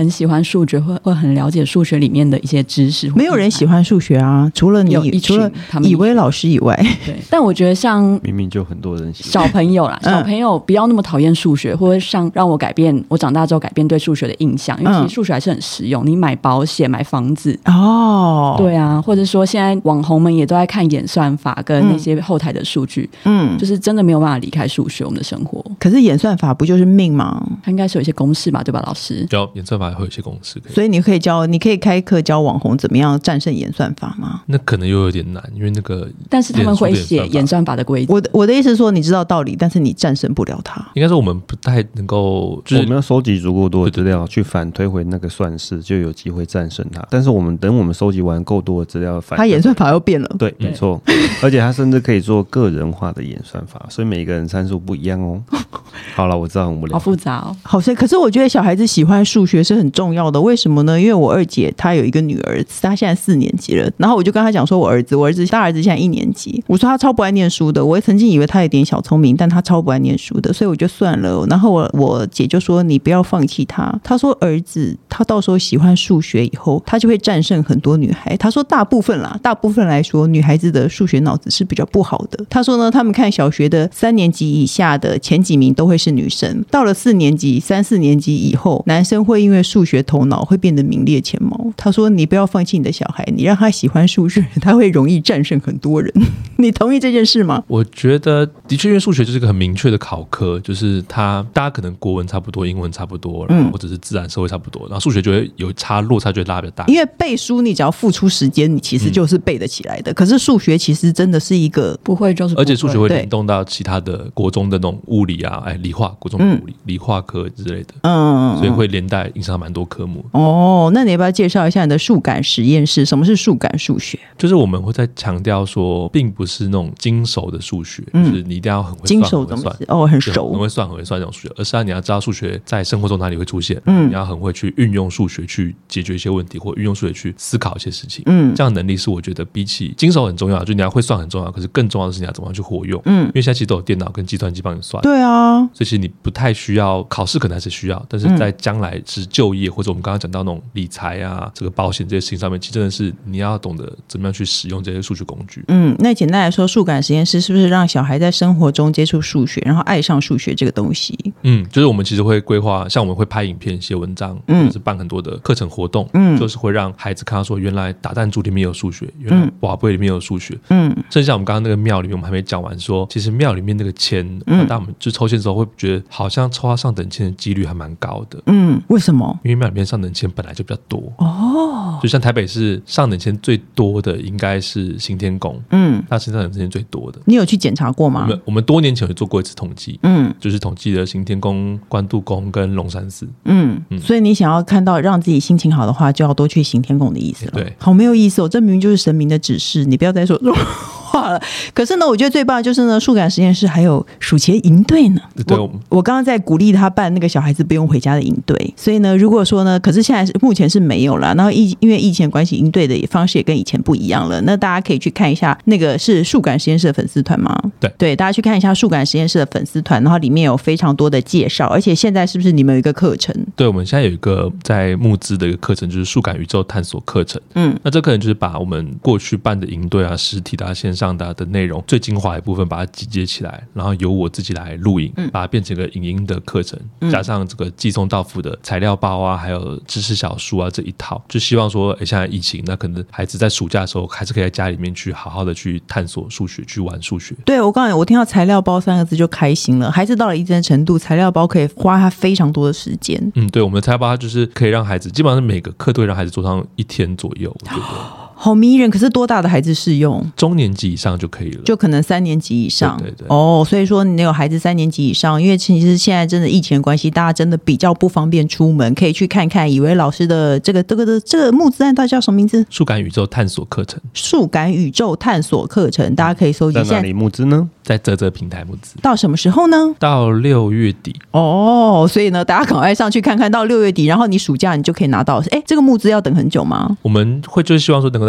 Speaker 3: 欢数学会很了解数学里面的一些知识。
Speaker 1: 没有人喜欢数学啊，除了以为老师以外。
Speaker 3: 对，但我觉得像
Speaker 4: 明明就很多人喜欢
Speaker 3: 小朋友啦，小朋友不要那么讨厌数学，或者像让我长大之后改变对数学的印象，因为其实数学还是很实用。你买保险、买房子对啊，或者说现在网红们也都在看演算法跟那些后台的数据，就是真的没有办法离开数学我们的生活。
Speaker 1: 可是演算法不就是命吗？
Speaker 3: 它应该是有一些公式吧，对吧，老师？
Speaker 2: 有演算法会有一些公式，
Speaker 1: 所以你可以开课教网红怎么样战胜演算法吗？
Speaker 2: 那可能又有点难，因为那个
Speaker 3: 但是他们会写演算法的规则。
Speaker 1: 我的意思是说，你知道道理，但是你战胜不了它。
Speaker 2: 应该说我们不太能够，就是
Speaker 4: 我们要收集足够多的资料去反推回那个算式，就有机会战胜它。但是我们收集完够多的资料，
Speaker 1: 它演算法又变了。
Speaker 4: 对，没错。而且它甚至可以做个人化的演算法，所以每个人参数不一样哦。好了，我知道很无聊，
Speaker 3: 好复杂哦。
Speaker 1: 好，可是我觉得小孩子喜欢数学是很重要的。为什么呢？因为我二姐她有一个女儿，她现在4年级了。然后我就跟她讲说，我大儿子现在1年级。我说他超不爱念书的，我也曾经以为他有点小聪明，但他超不爱念书的，所以我就算了。然后我姐就说你不要放弃他。她说儿子他到时候喜欢数学以后，他就会战胜很多女孩。她说大部分来说，女孩子的数学脑子是比较不好的。她说呢，他们看小学的3年级以下的前几名都会是女生，到了3、4年级以后，男生会因为数学头脑会变得名列前茅。她说你不要放弃你的小孩，你让他喜欢数学，他会容易战胜很多人。你同意这件事吗？
Speaker 2: 我觉得的确，因为数学就是一个很明确的考科，就是大家可能国文差不多，英文差不多，或者是自然社会差不多，然后数学就会有落差就会拉比较大。
Speaker 1: 因为背书你只要付出时间，你其实就是背得起来的。可是数学其实真的是一个
Speaker 3: 不会就是不会，
Speaker 2: 而且数学会联动到其他的国中的那种物理啊，理化国中的物理、理化科之类的，所以会连带影响蛮多科目。
Speaker 1: 那你要不要介绍一下你的数感实验室？什么是数感数学？
Speaker 2: 就是我们会在强调说，并不是那种精熟的数学，就是你一定要很会算，
Speaker 1: 精熟怎么很熟，
Speaker 2: 很会算这种数学，而是你要知道数学在生活中哪里会出现，你要很会去运用数学去解决一些问题，或运用数学去思考一些事情。这样的能力是我觉得比起精熟很重要，就你要会算很重要，可是更重要的是你要怎么样去活用。因为现在其实都有电脑跟计算机帮你算。
Speaker 1: 对啊，
Speaker 2: 所以其实你不太需要考试，可能还是需要，但是在将来是就业或者我们刚刚讲到那种理财啊、这个保险这些事情上面，其实真的是你要懂得怎么样去使用这些数学工具。
Speaker 1: 那简单来说，数感实验室是不是让小孩在生活中接触数学，然后爱上数学这个东西？
Speaker 2: 就是我们其实会规划，像我们会拍影片、写文章，就是办很多的课程活动，就是会让孩子看到说，原来打弹珠里面有数学，原来瓦杯里面有数学，甚至像我们刚刚那个庙里面，我们还没讲完说，其实庙里面那个签，当我们就抽签的时候，会觉得好像抽到上等签的几率还蛮高的。
Speaker 1: 为什么？
Speaker 2: 因为庙里面上等签本来就比较多就像台北市上等签最多的应该是行天宫，它是上等签最多的。
Speaker 1: 你有去检查过吗？
Speaker 2: 我们多年前有做过一次统计，就是统计了行天宫、关渡宫跟龙山寺。
Speaker 1: 所以你想要看到让自己心情好的话，就要多去行天宫的意思了。
Speaker 2: 对，
Speaker 1: 好没有意思哦，这明明就是神明的指示，你不要再说这种话了。可是呢，我觉得最棒的就是呢，数感实验室还有暑前营队呢。
Speaker 2: 对，
Speaker 1: 我刚刚在鼓励他办那个小孩子不用回家的营队，所以呢，如果说呢，可是现在目前是没有了。然后因为疫情的关系，营队的方式也跟以前不一样了。那大家可以去看一下，那个是数感实验室的粉丝团吗？对，大家去看一下数感实验室的粉丝团，然后里面有非常多的介绍。而且现在是不是你们有一个课程？
Speaker 2: 对，我们现在有一个在募资的一个课程，就是数感宇宙探索课程。那这课程就是把我们过去办的营队啊、实体的、线上的内容最精华的部分，把它集结起来，然后由我自己来录影，把它变成一个影音的课程，加上这个寄送到府的材料包啊，还有知识小书啊这一套，就希望说，现在疫情，那可能孩子在暑假的时候，还是可以在家里面去好好的去探索数学，去玩数学。
Speaker 1: 对，我听到材料包3个字就开心了。孩子到了一定的程度，材料包可以花他非常多的时间。
Speaker 2: 对，我们的材料包它就是可以让孩子，基本上是每个课都会让孩子做上1天左右，我觉得。
Speaker 1: 好迷人，可是多大的孩子适用？
Speaker 2: 中年级以上就可以了，
Speaker 1: 就可能3年级以上。
Speaker 2: 对。
Speaker 1: 所以说你有孩子3年级以上，因为其实现在真的疫情的关系，大家真的比较不方便出门，可以去看看以为老师的这个募资案到底叫什么名字？
Speaker 2: 数感宇宙探索课程。
Speaker 1: 数感宇宙探索课程，大家可以搜集。
Speaker 4: 在哪里募资呢？
Speaker 2: 在嘖平台募资。
Speaker 1: 到什么时候呢？
Speaker 2: 到6月底。
Speaker 1: 所以呢，大家赶快上去看看，到6月底，然后你暑假你就可以拿到。这个募资要等很久吗？
Speaker 2: 我们会就是希望说能够在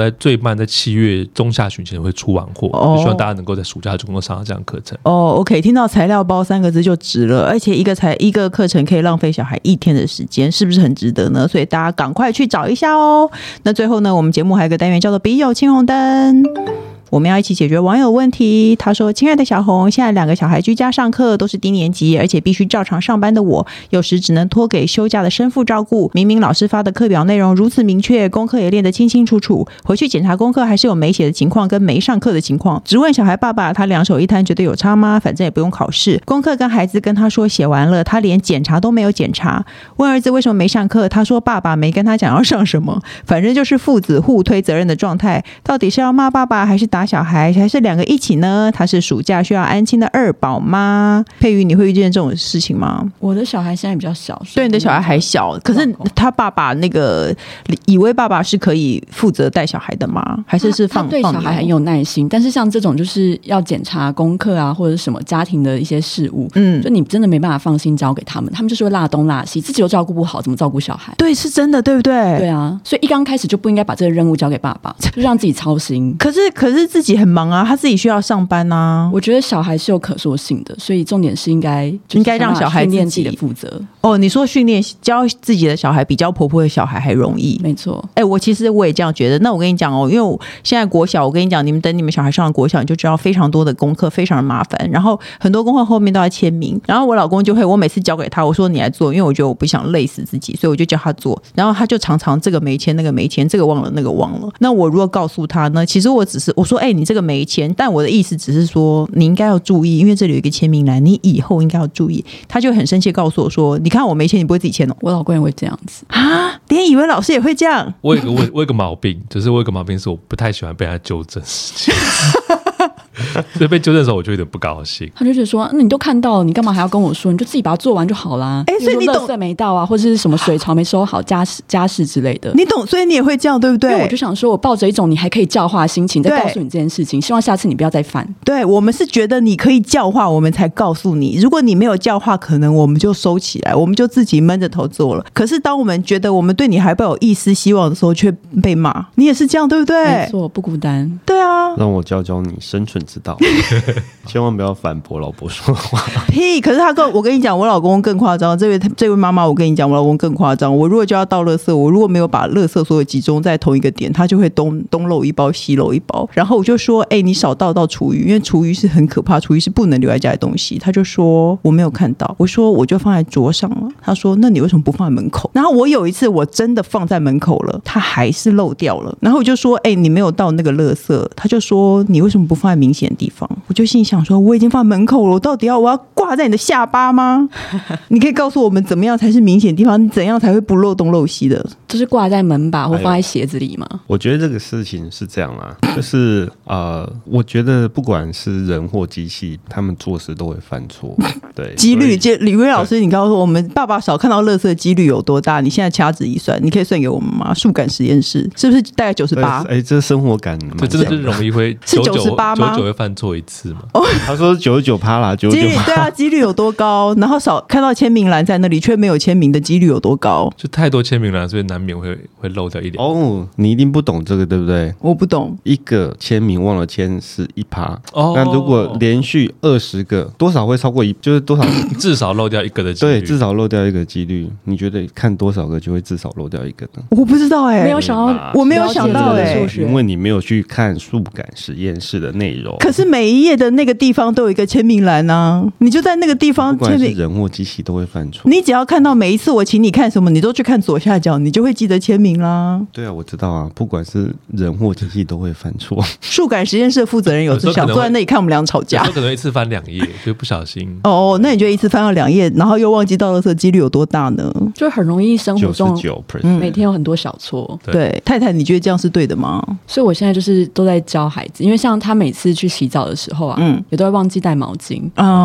Speaker 2: 在最慢在7月中下旬前会出完货，就希望大家能够在暑假就能够上到这样的课程。
Speaker 1: OK， 听到材料包3个字就值了，而且一个课程可以浪费小孩1天的时间，是不是很值得呢？所以大家赶快去找一下哦。那最后呢，我们节目还有一个单元叫做笔友青红灯，我们要一起解决网友问题。他说，亲爱的小红，现在2个小孩居家上课，都是低年级，而且必须照常上班的我，有时只能托给休假的生父照顾。明明老师发的课表内容如此明确，功课也练得清清楚楚，回去检查功课还是有没写的情况跟没上课的情况。只问小孩爸爸，他两手一摊，觉得有差吗？反正也不用考试，功课跟孩子跟他说写完了，他连检查都没有检查。问儿子为什么没上课，他说爸爸没跟他讲要上什么，反正就是父子互推责任的状态。到底是要骂爸爸还是打小孩，还是2个一起呢？他是暑假需要安亲的2宝吗？佩瑜，你会遇见这种事情吗？
Speaker 3: 我的小孩现在比较小，
Speaker 1: 对，你的小孩还小，可是他爸爸那个以为爸爸是可以负责带小孩的吗？还是
Speaker 3: 他对小孩很有耐心，但是像这种就是要检查功课啊，或者什么家庭的一些事务，就你真的没办法放心交给他们，他们就是会落东落西，自己都照顾不好，怎么照顾小孩？
Speaker 1: 对，是真的，对不对？
Speaker 3: 对啊，所以一刚开始就不应该把这个任务交给爸爸，就让自己操心。
Speaker 1: 可是自己很忙啊，他自己需要上班啊。
Speaker 3: 我觉得小孩是有可塑性的，所以重点是应该
Speaker 1: 让小孩
Speaker 3: 训练自己的负责。
Speaker 1: 哦，你说训练教自己的小孩比教婆婆的小孩还容易？
Speaker 3: 没错。
Speaker 1: 其实我也这样觉得。那我跟你讲哦，因为我现在国小，我跟你讲，等你们小孩上了国小，你就知道非常多的功课非常的麻烦，然后很多功课后面都要签名，然后我老公就会，我每次交给他，我说你来做，因为我觉得我不想累死自己，所以我就叫他做，然后他就常常这个没签那个没签，这个忘了那个忘了。那我如果告诉他呢，其实我只是我说你这个没签，但我的意思只是说你应该要注意，因为这里有一个签名栏，你以后应该要注意。他就很生气告诉我说，你看我没签，你不会自己签哦。
Speaker 3: 我老公也会这样子
Speaker 1: 啊，连语文老师也会这样。
Speaker 2: 我有一个毛病，就是我有一个毛病是我不太喜欢被他纠正事情所以被纠正的时候我就有点不高兴。
Speaker 3: 他就觉得说，那你都看到了，你干嘛还要跟我说？你就自己把它做完就好啦。
Speaker 1: 所以你懂，
Speaker 3: 垃圾没到啊，或者是什么水槽没收好，家事之类的，
Speaker 1: 你懂。所以你也会这样，对不对？
Speaker 3: 因为我就想说，我抱着一种你还可以教化的心情在告诉你这件事情，希望下次你不要再犯。
Speaker 1: 对，我们是觉得你可以教化，我们才告诉你。如果你没有教化，可能我们就收起来，我们就自己闷着头做了。可是当我们觉得我们对你还抱有一丝希望的时候，却被骂。你也是这样，对不对？
Speaker 3: 没错，不孤单。
Speaker 1: 对啊，
Speaker 4: 让我教教你生存之道千万不要反驳老婆说话。
Speaker 1: 屁！可是我跟你讲，我老公更夸张。这位妈妈，我跟你讲，我老公更夸张。我如果就要倒垃圾，我如果没有把垃圾所有集中在同一个点，他就会东漏一包西漏一包。然后我就说，你少倒厨余，因为厨余是很可怕，厨余是不能留在家的东西。他就说我没有看到。我说我就放在桌上了。他说那你为什么不放在门口？然后我有一次我真的放在门口了，他还是漏掉了。然后我就说你没有倒那个垃圾。他就说你为什么不放在明显的地方？我就心想说我已经放在门口了，我要挂在你的下巴吗？你可以告诉我们怎么样才是明显的地方？你怎样才会不漏东漏西的？
Speaker 3: 就是挂在门把或放在鞋子里吗？
Speaker 4: 我觉得这个事情是这样啦，就是我觉得不管是人或机器，他们做事都会犯错。对，
Speaker 1: 几率，李威老师，你告诉我们爸爸少看到垃圾的几率有多大？你现在掐指一算，你可以算给我们吗？数感实验室是不是大概98%？
Speaker 4: 这生活感，
Speaker 2: 这真的是容易会
Speaker 1: 是98%吗？99
Speaker 2: 会犯错一次吗？
Speaker 4: 他说99%啦，99%。
Speaker 1: 对啊，几率有多高？然后少看到签名栏在那里，却没有签名的几率有多高？
Speaker 2: 就太多签名栏，所以难免会漏掉一点。
Speaker 4: 你一定不懂这个，对不对？
Speaker 1: 我不懂。
Speaker 4: 一个签名忘了签是1%，那如果连续20个，多少会超过就是多少
Speaker 2: 至少漏掉一个的几率。
Speaker 4: 对，至少漏掉一个几率。你觉得看多少个就会至少漏掉一个呢？
Speaker 1: 我不知道
Speaker 3: 没有想到，
Speaker 1: 我没有想到
Speaker 4: 因为你没有去看数感实验室的内容。
Speaker 1: 可是每一页的那个地方都有一个签名栏啊，你就在那个地方，
Speaker 4: 不管是人或机器都会犯错。
Speaker 1: 你只要看到每一次我请你看什么，你都去看左下角，你就会记得签名啦。
Speaker 4: 对啊，我知道啊，不管是人或机器都会犯错。
Speaker 1: 数感实验室的负责人有时想坐在那里看我们俩吵架，
Speaker 2: 有可能一次翻2页，就不小心。
Speaker 1: 那你觉得一次翻到2页，然后又忘记倒垃圾几率有多大呢？
Speaker 3: 就很容易生活中
Speaker 4: 99%
Speaker 3: 每天有很多小错。
Speaker 1: 对，太太，你觉得这样是对的吗？
Speaker 3: 所以我现在就是都在教孩子，因为像他每次去洗澡的时候啊，也都会忘记带毛巾，然后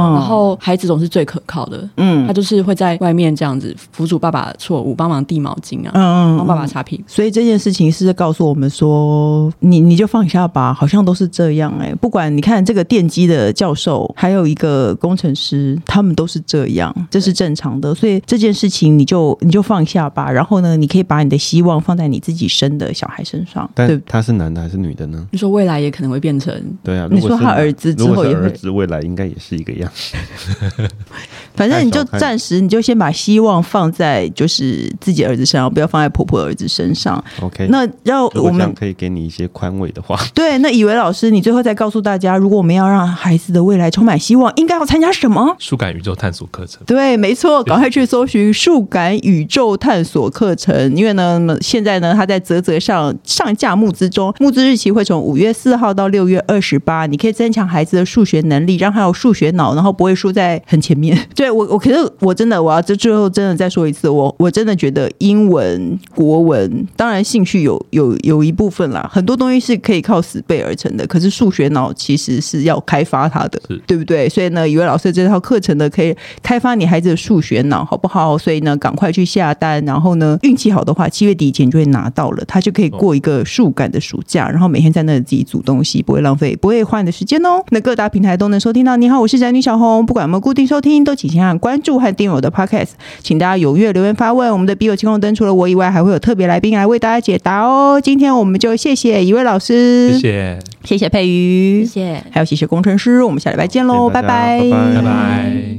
Speaker 3: 后孩子总是最可靠的，他就是会在外面这样子辅助爸爸错误，帮忙递毛巾啊，帮爸爸擦屁股。
Speaker 1: 所以这件事情是告诉我们说，你就放下吧，好像都是这样不管你看这个电机的教授，还有一个工程师，他们都是这样，这是正常的。所以这件事情你就放下吧，然后呢，你可以把你的希望放在你自己生的小孩身上。
Speaker 4: 但他是男的还是女的呢？
Speaker 3: 你说未来也可能会变成，
Speaker 4: 对啊，
Speaker 1: 你说他儿子之后也会，
Speaker 4: 儿子未来应该也是一个样子。
Speaker 1: 反正你就暂时你就先把希望放在就是自己儿子身上，不要放在婆婆儿子身上。
Speaker 4: OK，
Speaker 1: 那要我们
Speaker 4: 可以给你一些宽慰的话，
Speaker 1: 对，那以为老师你最后再告诉大家，如果我们要让孩子的未来充满希望，应该要参加什么？
Speaker 2: 数感宇宙探索课程。
Speaker 1: 对，没错，赶快去搜寻数感宇宙探索课程，因为呢现在呢它在嘖嘖上架募资中，募资日期会从5月4号到6月28，你可以增强孩子的数学能力，让他有数学脑，然后不会输在很前面。对，可是我真的，我要最后真的再说一次，我真的觉得英文、国文，当然兴趣有一部分啦，很多东西是可以靠死背而成的，可是数学脑其实是要开发它的，对不对？所以呢，以为老师这套课程呢，可以开发你孩子的数学脑，好不好？所以呢，赶快去下单，然后呢，运气好的话，7月底以前就会拿到了，他就可以过一个数感的暑假，然后每天在那里自己煮东西，不会浪费，不会花你的时间哦。那各大平台都能收听到。你好，我是宅女小红，不管有没有固定收听，都请先按关注和订阅我的 podcast， 请大家踊跃留言发问。我们的笔友青红灯除了我以外，还会有特别来宾来为大家解答哦。今天我们就谢谢一位老师，
Speaker 2: 谢谢
Speaker 1: 佩瑜，
Speaker 3: 谢谢，
Speaker 1: 还有谢谢工程师，我们下礼拜见喽，拜拜，
Speaker 2: 拜拜。